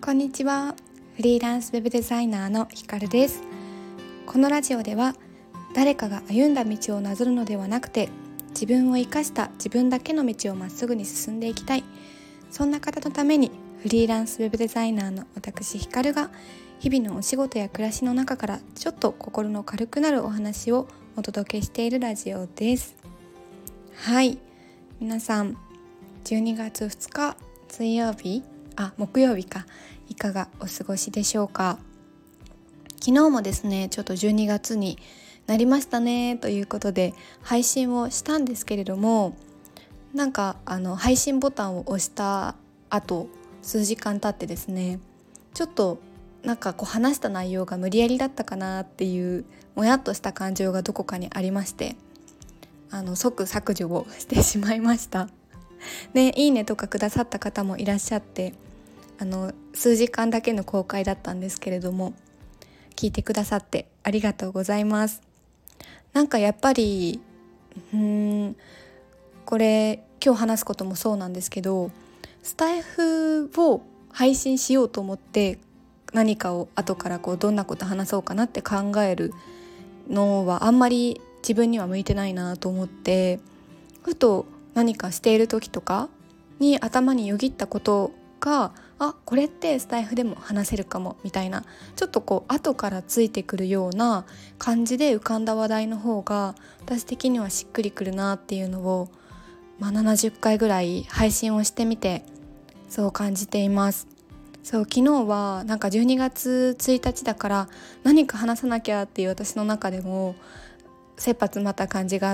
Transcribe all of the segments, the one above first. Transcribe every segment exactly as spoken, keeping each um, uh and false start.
こんにちは。フリーランスウェブデザイナーのひかるです。このラジオでは誰かが歩んだ道をなぞるのではなくて、自分を生かした自分だけの道をまっすぐに進んでいきたい、そんな方のためにフリーランスウェブデザイナーの私ひかるが日々のお仕事や暮らしの中からちょっと心の軽くなるお話をお届けしているラジオです。はい、皆さんじゅうにがつふつか水曜日あ木曜日かいかがお過ごしでしょうか。昨日もですねちょっとじゅうにがつになりましたねということで配信をしたんですけれども、なんかあの配信ボタンを押した後数時間経ってですね、ちょっとなんかこう話した内容が無理やりだったかなっていうもやっとした感情がどこかにありまして、あの即削除をしてしまいました。で、いいねとかくださった方もいらっしゃって、あの数時間だけの公開だったんですけれども、聞いてくださってありがとうございます。なんかやっぱりうーんこれ今日話すこともそうなんですけど、スタイフを配信しようと思って何かを後からこうどんなこと話そうかなって考えるのはあんまり自分には向いてないなと思って、ふと何かしている時とかに頭によぎったことが、あ、これってスタイフでも話せるかもみたいな、ちょっとこう後からついてくるような感じで浮かんだ話題の方が私的にはしっくりくるなっていうのを、まあ、ななじゅっかいぐらい配信をしてみてそう感じています。そう、昨日はなんかじゅうにがつついたちだから何か話さなきゃっていう私の中でも切羽詰まった感じがあって、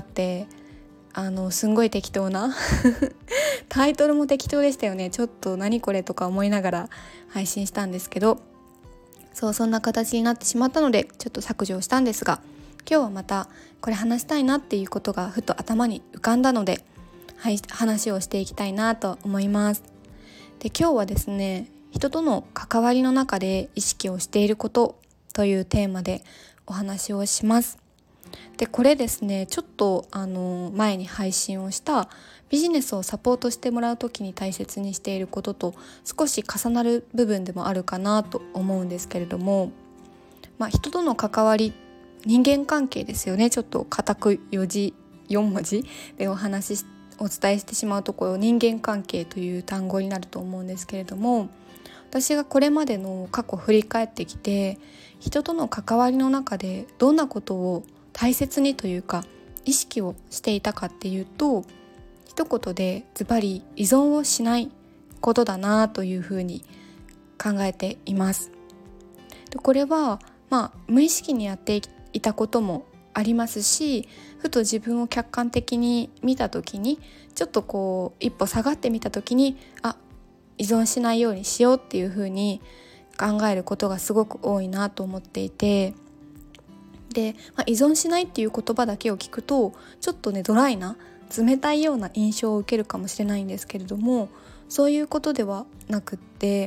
あのすんごい適当なタイトルも適当でしたよね。ちょっと何これとか思いながら配信したんですけど、そうそんな形になってしまったのでちょっと削除したんですが、今日はまたこれ話したいなっていうことがふと頭に浮かんだので、はい、話をしていきたいなと思います。で、今日はですね、人との関わりの中で意識をしていることというテーマでお話をします。で、これですね、ちょっとあの前に配信をしたビジネスをサポートしてもらうときに大切にしていることと少し重なる部分でもあるかなと思うんですけれども、まあ、人との関わり、人間関係ですよね。ちょっと固くよじよんもじでお話しお伝えしてしまうところ、人間関係という単語になると思うんですけれども、私がこれまでの過去を振り返ってきて、人との関わりの中でどんなことを大切にというか意識をしていたかっていうと、一言でズバリ依存をしないことだなというふうに考えています。で、これはまあ無意識にやっていたこともありますし、ふと自分を客観的に見た時にちょっとこう一歩下がってみた時に、あ、依存しないようにしようっていうふうに考えることがすごく多いなと思っていて、で、まあ、依存しないっていう言葉だけを聞くとちょっとねドライな冷たいような印象を受けるかもしれないんですけれども、そういうことではなくって、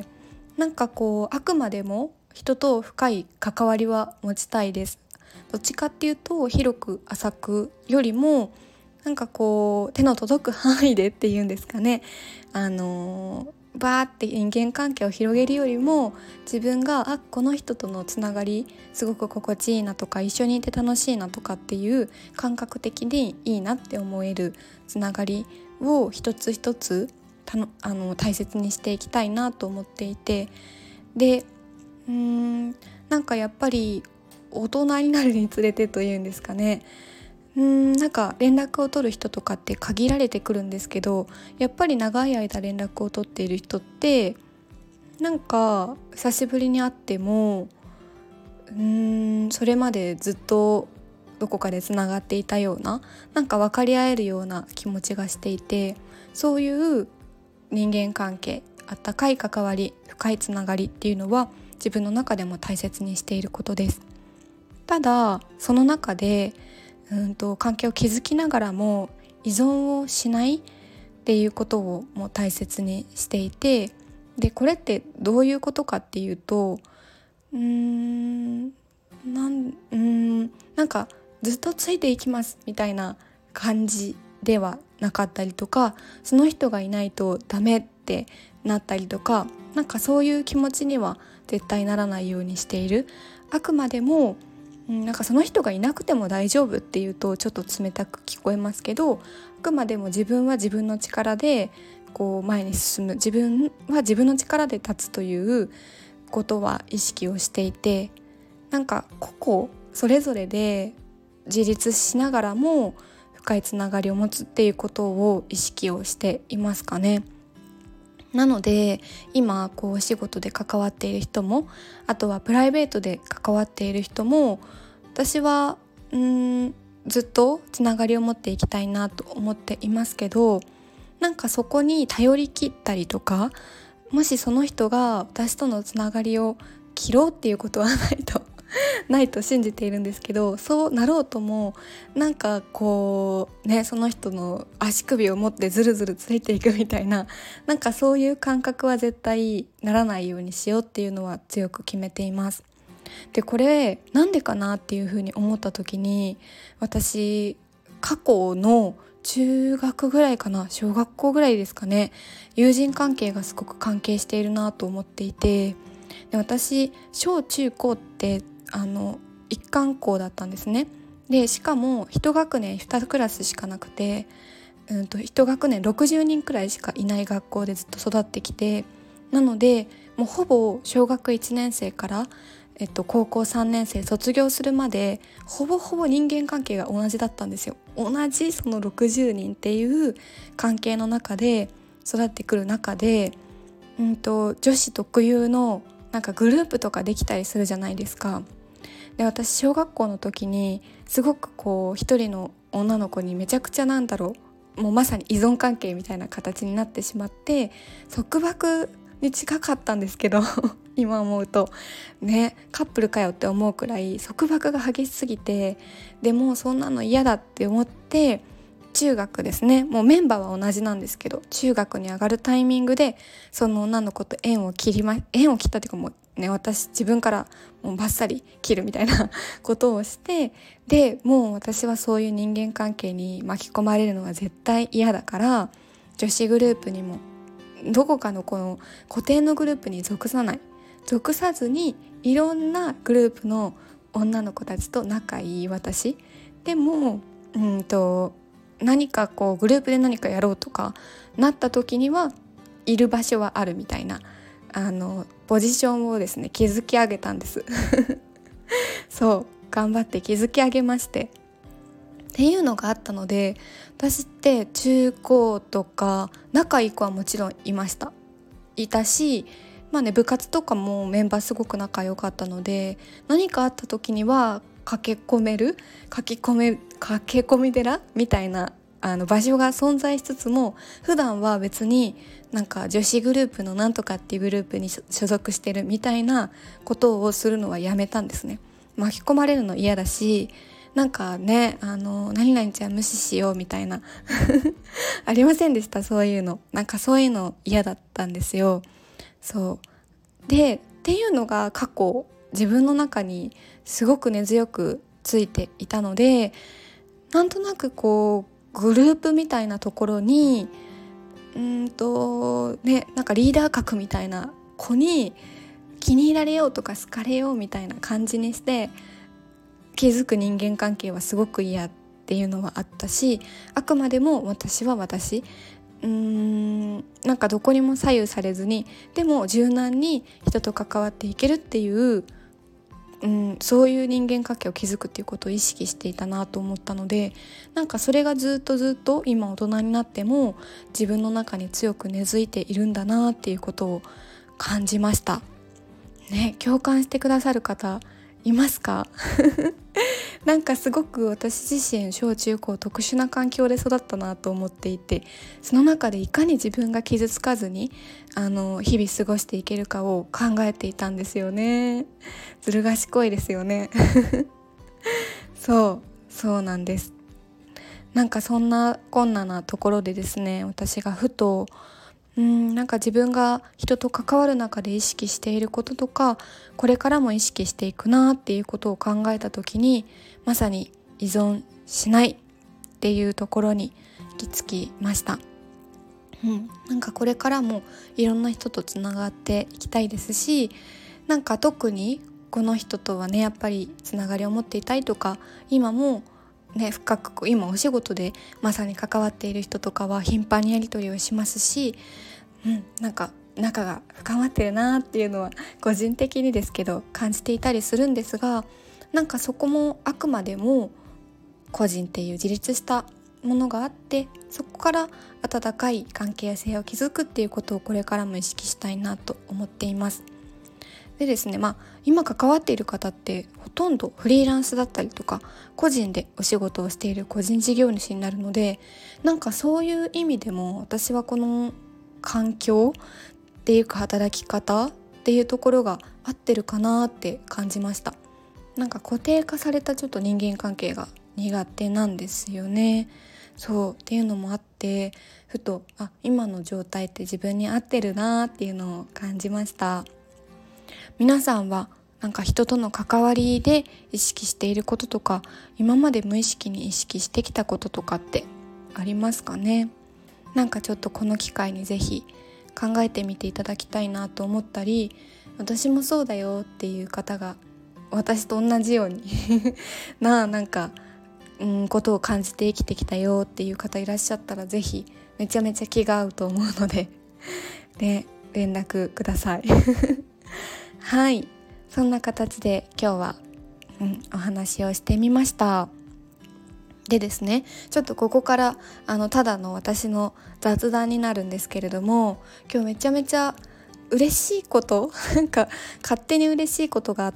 なんかこうあくまでも人と深い関わりは持ちたいです。どっちかっていうと広く浅くよりも、なんかこう手の届く範囲でっていうんですかね、あのバーって人間関係を広げるよりも、自分があこの人とのつながりすごく心地いいなとか、一緒にいて楽しいなとかっていう感覚的にいいなって思えるつながりを一つ一つたのあの大切にしていきたいなと思っていて、でうーんなんかやっぱり大人になるにつれてというんですかね、うーんなんか連絡を取る人とかって限られてくるんですけど、やっぱり長い間連絡を取っている人ってなんか久しぶりに会ってもうーんそれまでずっとどこかでつながっていたような、なんか分かり合えるような気持ちがしていて、そういう人間関係、あったかい関わり、深いつながりっていうのは自分の中でも大切にしていることです。ただその中でうんと関係を築きながらも依存をしないっていうことをもう大切にしていて、でこれってどういうことかっていうと、うーんなんうーんなんかずっとついていきますみたいな感じではなかったりとか、その人がいないとダメってなったりとか、なんかそういう気持ちには絶対ならないようにしている。あくまでもなんかその人がいなくても大丈夫っていうとちょっと冷たく聞こえますけど、あくまでも自分は自分の力でこう前に進む、自分は自分の力で立つということは意識をしていて、なんか個々それぞれで自立しながらも深いつながりを持つっていうことを意識をしていますかね。なので今こうお仕事で関わっている人も、あとはプライベートで関わっている人も、私はうーんずっとつながりを持っていきたいなと思っていますけど、なんかそこに頼り切ったりとか、もしその人が私とのつながりを切ろうっていうことはないとないと信じているんですけど、そうなろうともなんかこうね、その人の足首を持ってずるずるついていくみたいな、なんかそういう感覚は絶対ならないようにしようっていうのは強く決めています。でこれなんでかなっていうふうに思った時に、私過去の中学ぐらいかな、小学校ぐらいですかね、友人関係がすごく関係しているなと思っていて、で私小中高ってあの一貫校だったんですね。でしかも一学年にクラスしかなくて、うんと一学年ろくじゅうにんくらいしかいない学校でずっと育ってきて、なのでもうほぼ小学いちねん生から、えっと、高校さんねん生卒業するまでほぼほぼ人間関係が同じだったんですよ。同じそのろくじゅうにんっていう関係の中で育ってくる中で、うんと女子特有のなんかグループとかできたりするじゃないですか。で私小学校の時にすごくこう一人の女の子にめちゃくちゃなんだろうもうまさに依存関係みたいな形になってしまって、束縛に近かったんですけど今思うとね、カップルかよって思うくらい束縛が激しすぎて、でもそんなの嫌だって思って、中学ですね、もうメンバーは同じなんですけど、中学に上がるタイミングでその女の子と縁を切りま縁を切ったっていうか、もうね、私自分からもうバッサリ切るみたいなことをして、でもう私はそういう人間関係に巻き込まれるのが絶対嫌だから、女子グループにもどこかのこの固定のグループに属さない属さずに、いろんなグループの女の子たちと仲いい私でも、うんと何かこうグループで何かやろうとかなった時にはいる場所はあるみたいな、あのポジションをですね築き上げたんですそう頑張って築き上げまして、っていうのがあったので、私って中高とか仲いい子はもちろんいましたいたし、まあね、部活とかもメンバーすごく仲良かったので、何かあった時には駆け込める駆け込め駆け込み寺みたいなあの場所が存在しつつも、普段は別になんか女子グループのなんとかっていうグループに所属してるみたいなことをするのはやめたんですね。巻き込まれるの嫌だし、なんかね、あの何々ちゃん無視しようみたいなありませんでした？そういうの、なんかそういうの嫌だったんですよ。そうでっていうのが過去自分の中にすごく根強くついていたので、なんとなくこうグループみたいなところにうーんとね、なんかリーダー格みたいな子に気に入られようとか好かれようみたいな感じにして築く人間関係はすごく嫌っていうのはあったし、あくまでも私は私、うーんなんかどこにも左右されずに、でも柔軟に人と関わっていけるっていう、うん、そういう人間関係を築くっていうことを意識していたなと思ったので、なんかそれがずっとずっと今大人になっても自分の中に強く根付いているんだなっていうことを感じましたね。共感してくださる方いますかなんかすごく私自身小中高特殊な環境で育ったなと思っていて、その中でいかに自分が傷つかずにあの日々過ごしていけるかを考えていたんですよね。ずる賢いですよねそうそうなんです。なんかそんなこんななところでですね、私がふとうんなんか自分が人と関わる中で意識していることとか、これからも意識していくなっていうことを考えた時に、まさに依存しないっていうところに行き着きました。 うん、なんかこれからもいろんな人とつながっていきたいですし、なんか特にこの人とはねやっぱりつながりを持っていたいとか、今もね深く今お仕事でまさに関わっている人とかは頻繁にやり取りをしますし、うん、なんか仲が深まってるなっていうのは個人的にですけど感じていたりするんですが、なんかそこもあくまでも個人っていう自立したものがあって、そこから温かい関係性を築くっていうことをこれからも意識したいなと思っています。でですね、まあ今関わっている方ってほとんどフリーランスだったりとか個人でお仕事をしている個人事業主になるので、なんかそういう意味でも私はこの環境っていうか働き方っていうところが合ってるかなって感じました。なんか固定化されたちょっと人間関係が苦手なんですよね。そうっていうのもあって、ふとあ今の状態って自分に合ってるなっていうのを感じました。皆さんはなんか人との関わりで意識していることとか、今まで無意識に意識してきたこととかってありますかね。なんかちょっとこの機会にぜひ考えてみていただきたいなと思ったり、私もそうだよっていう方が私と同じようにななんかうんことを感じて生きてきたよっていう方いらっしゃったら、ぜひめちゃめちゃ気が合うと思うのでで連絡くださいはい、そんな形で今日は、うん、お話をしてみました。でですね、ちょっとここからあのただの私の雑談になるんですけれども、今日めちゃめちゃ嬉しいことなんか勝手に嬉しいことがあって、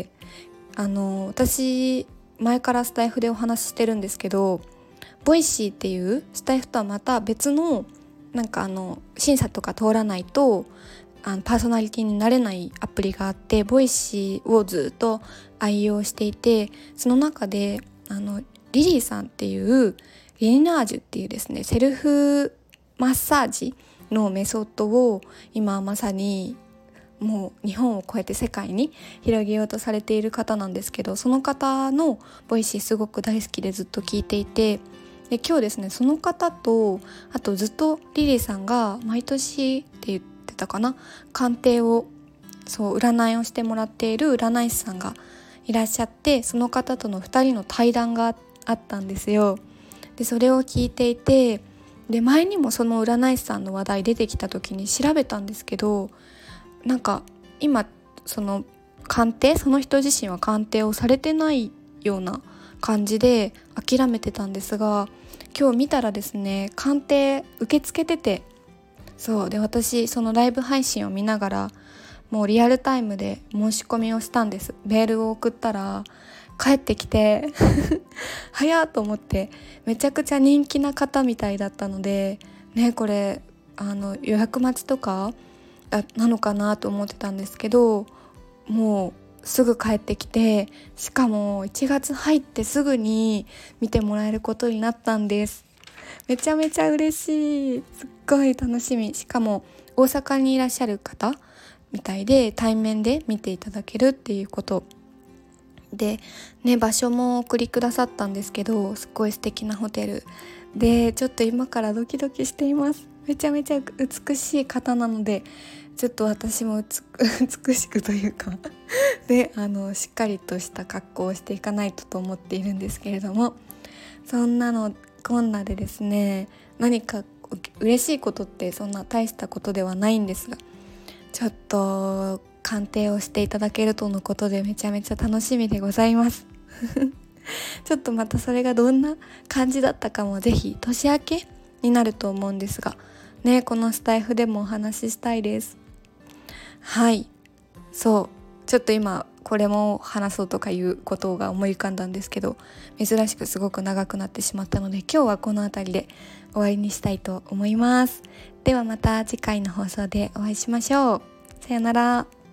あの私前からスタイフでお話ししてるんですけど、ボイシーっていうスタイフとはまた別のなんかあの審査とか通らないとあのパーソナリティになれないアプリがあって、ボイシーをずっと愛用していて、その中であのリリーさんっていうリナージュっていうですねセルフマッサージのメソッドを今まさにもう日本を超えて世界に広げようとされている方なんですけど、その方のボイシーすごく大好きでずっと聞いていて、で今日ですねその方とあとずっとリリーさんが毎年って言ってたかな、鑑定をそう占いをしてもらっている占い師さんがいらっしゃって、その方とのふたりの対談があったんですよ。でそれを聞いていて、で前にもその占い師さんの話題出てきた時に調べたんですけど、なんか今その鑑定その人自身は鑑定をされてないような感じで諦めてたんですが、今日見たらですね鑑定受け付けてて、そうで私そのライブ配信を見ながらもうリアルタイムで申し込みをしたんです。メールを送ったら帰ってきて早っと思って、めちゃくちゃ人気な方みたいだったのでね、これあの予約待ちとかなのかなと思ってたんですけど、もうすぐ帰ってきて、しかもいちがつ入ってすぐに見てもらえることになったんです。めちゃめちゃ嬉しい、すっごい楽しみ。しかも大阪にいらっしゃる方みたいで対面で見ていただけるっていうことでね、場所もお送りくださったんですけど、すっごい素敵なホテルでちょっと今からドキドキしています。めちゃめちゃ美しい方なので、ちょっと私も美しくというかであのしっかりとした格好をしていかないとと思っているんですけれども、そんなのこんなでですね、何か嬉しいことってそんな大したことではないんですが、ちょっと鑑定をしていただけるとのことでめちゃめちゃ楽しみでございますちょっとまたそれがどんな感じだったかもぜひ年明けになると思うんですがね、このスタイフでもお話ししたいです。はい、そうちょっと今これも話そうとかいうことが思い浮かんだんですけど、珍しくすごく長くなってしまったので今日はこの辺りで終わりにしたいと思います。ではまた次回の放送でお会いしましょう。さよなら。